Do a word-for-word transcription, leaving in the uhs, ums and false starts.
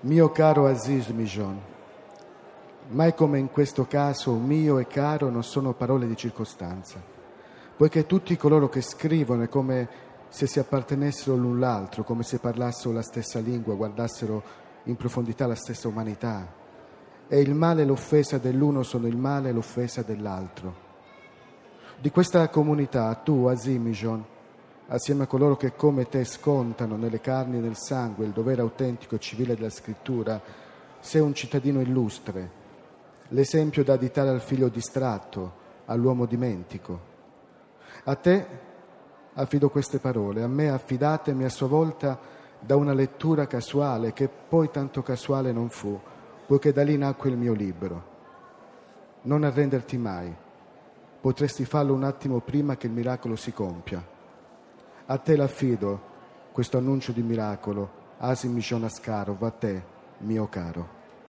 Mio caro Aziz Mijon, mai come in questo caso mio e caro non sono parole di circostanza, poiché tutti coloro che scrivono è come se si appartenessero l'un l'altro, come se parlassero la stessa lingua, guardassero in profondità la stessa umanità. E il male e l'offesa dell'uno sono il male e l'offesa dell'altro. Di questa comunità tu, Aziz Mijon, assieme a coloro che come te scontano nelle carni e nel sangue il dovere autentico e civile della scrittura, sei un cittadino illustre, l'esempio da additare al figlio distratto, all'uomo dimentico. A te affido queste parole, a me affidatemi a sua volta da una lettura casuale, che poi tanto casuale non fu, poiché da lì nacque il mio libro. Non arrenderti mai, potresti farlo un attimo prima che il miracolo si compia. A te l'affido, questo annuncio di miracolo, Aziz Mijon Askarov, a te, mio caro.